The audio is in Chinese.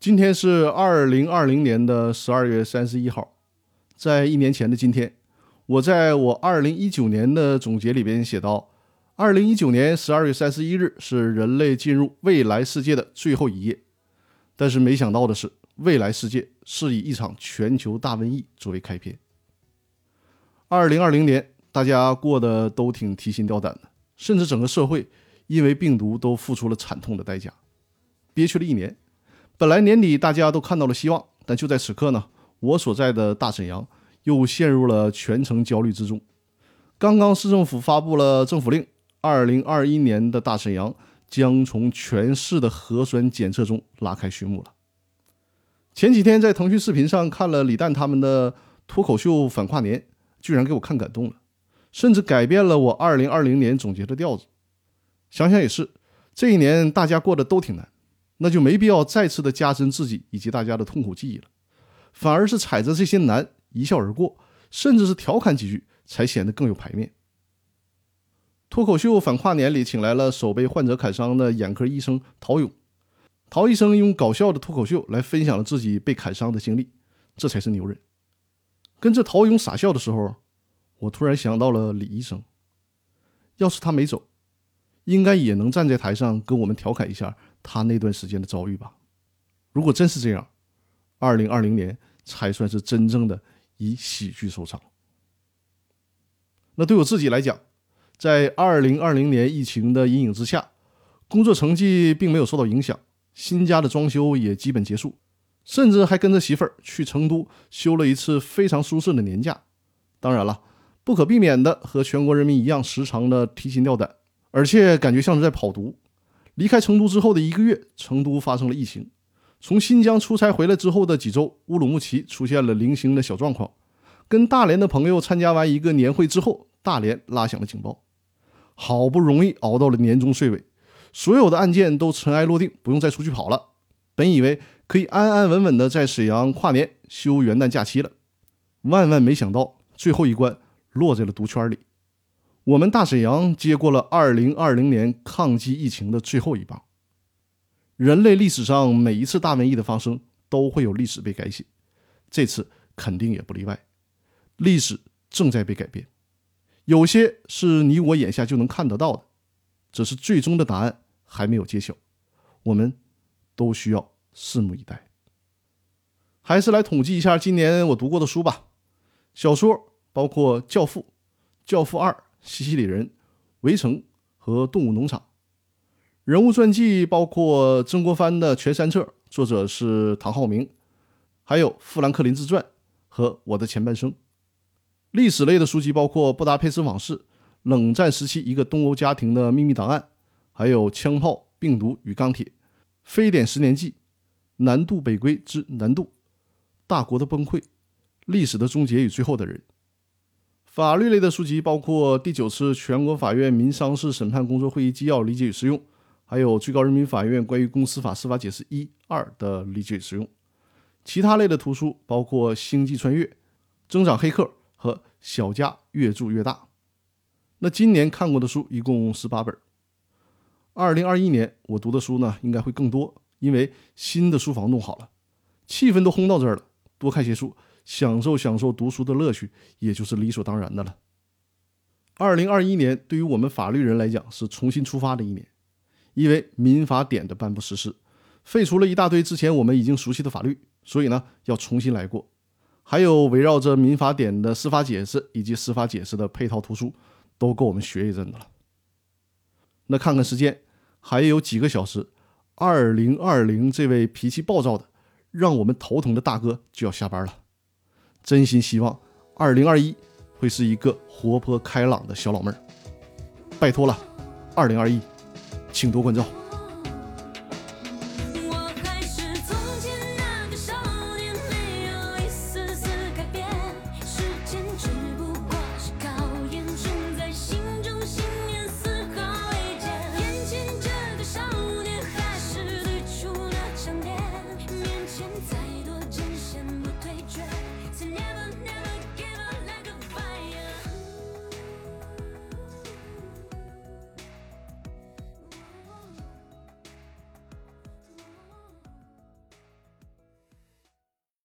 今天是2020年的12月31号，在1年前的今天，我在我2019年的总结里边写到，2019年12月31日是人类进入未来世界的最后一夜。但是没想到的是，未来世界是以一场全球大瘟疫作为开篇。2020年大家过得都挺提心吊胆的，甚至整个社会因为病毒都付出了惨痛的代价，憋屈了1年。本来年底大家都看到了希望，但就在此刻呢，我所在的大沈阳又陷入了全城焦虑之中。刚刚市政府发布了政府令，2021年的大沈阳将从全市的核酸检测中拉开序幕了。前几天在腾讯视频上看了李诞他们的脱口秀反跨年，居然给我看感动了，甚至改变了我2020年总结的调子。想想也是，这一年大家过得都挺难，那就没必要再次的加深自己以及大家的痛苦记忆了，反而是踩着这些难一笑而过，甚至是调侃几句，才显得更有排面。脱口秀反跨年里请来了手被患者砍伤的眼科医生陶勇，陶医生用搞笑的脱口秀来分享了自己被砍伤的经历，这才是牛人。跟着陶勇傻笑的时候，我突然想到了李医生，要是他没走，应该也能站在台上跟我们调侃一下他那段时间的遭遇吧。如果真是这样，2020年才算是真正的以喜剧收场。那对我自己来讲，在2020年疫情的阴影之下，工作成绩并没有受到影响，新家的装修也基本结束，甚至还跟着媳妇儿去成都休了一次非常舒适的年假。当然了，不可避免的和全国人民一样，时常的提心吊胆，而且感觉像是在跑毒。离开成都之后的1个月，成都发生了疫情。从新疆出差回来之后的几周，乌鲁木齐出现了零星的小状况。跟大连的朋友参加完一个年会之后，大连拉响了警报。好不容易熬到了年终岁尾，所有的案件都尘埃落定，不用再出去跑了。本以为可以安安稳稳的在沈阳跨年休元旦假期了，万万没想到最后一关落在了毒圈里。我们大沈阳接过了2020年抗击疫情的最后一棒。人类历史上每一次大瘟疫的发生都会有历史被改写，这次肯定也不例外。历史正在被改变，有些是你我眼下就能看得到的，只是最终的答案还没有揭晓，我们都需要拭目以待。还是来统计一下今年我读过的书吧。小说包括《教父》、《教父2》、《西西里人》、《围城》和《动物农场》。人物传记包括曾国藩的全3册，作者是唐浩明，还有《富兰克林自传》和《我的前半生》。历史类的书籍包括《布达佩斯往事》、冷战时期一个东欧家庭的秘密档案，还有《枪炮、病毒与钢铁》、《非典10年记》、《南渡北归之南渡》、《大国的崩溃》、《历史的终结与最后的人》。法律类的书籍包括第9次全国法院民商事审判工作会议纪要理解与实用，还有最高人民法院关于公司法司法解释1、2的理解与实用。其他类的图书包括《星际穿越》、《增长黑客》和《小家越住越大》。那今年看过的书一共18本。2021年我读的书呢应该会更多，因为新的书房弄好了，气氛都烘到这儿了，多看些书，享受读书的乐趣，也就是理所当然的了。2021年对于我们法律人来讲是重新出发的一年，因为民法典的颁布实施，废除了一大堆之前我们已经熟悉的法律，所以呢要重新来过。还有围绕着民法典的司法解释以及司法解释的配套图书，都够我们学一阵子了。那看看时间，还有几个小时，2020这位脾气暴躁的让我们头疼的大哥就要下班了。真心希望2021会是一个活泼开朗的小老妹儿，拜托了，2021请多关照。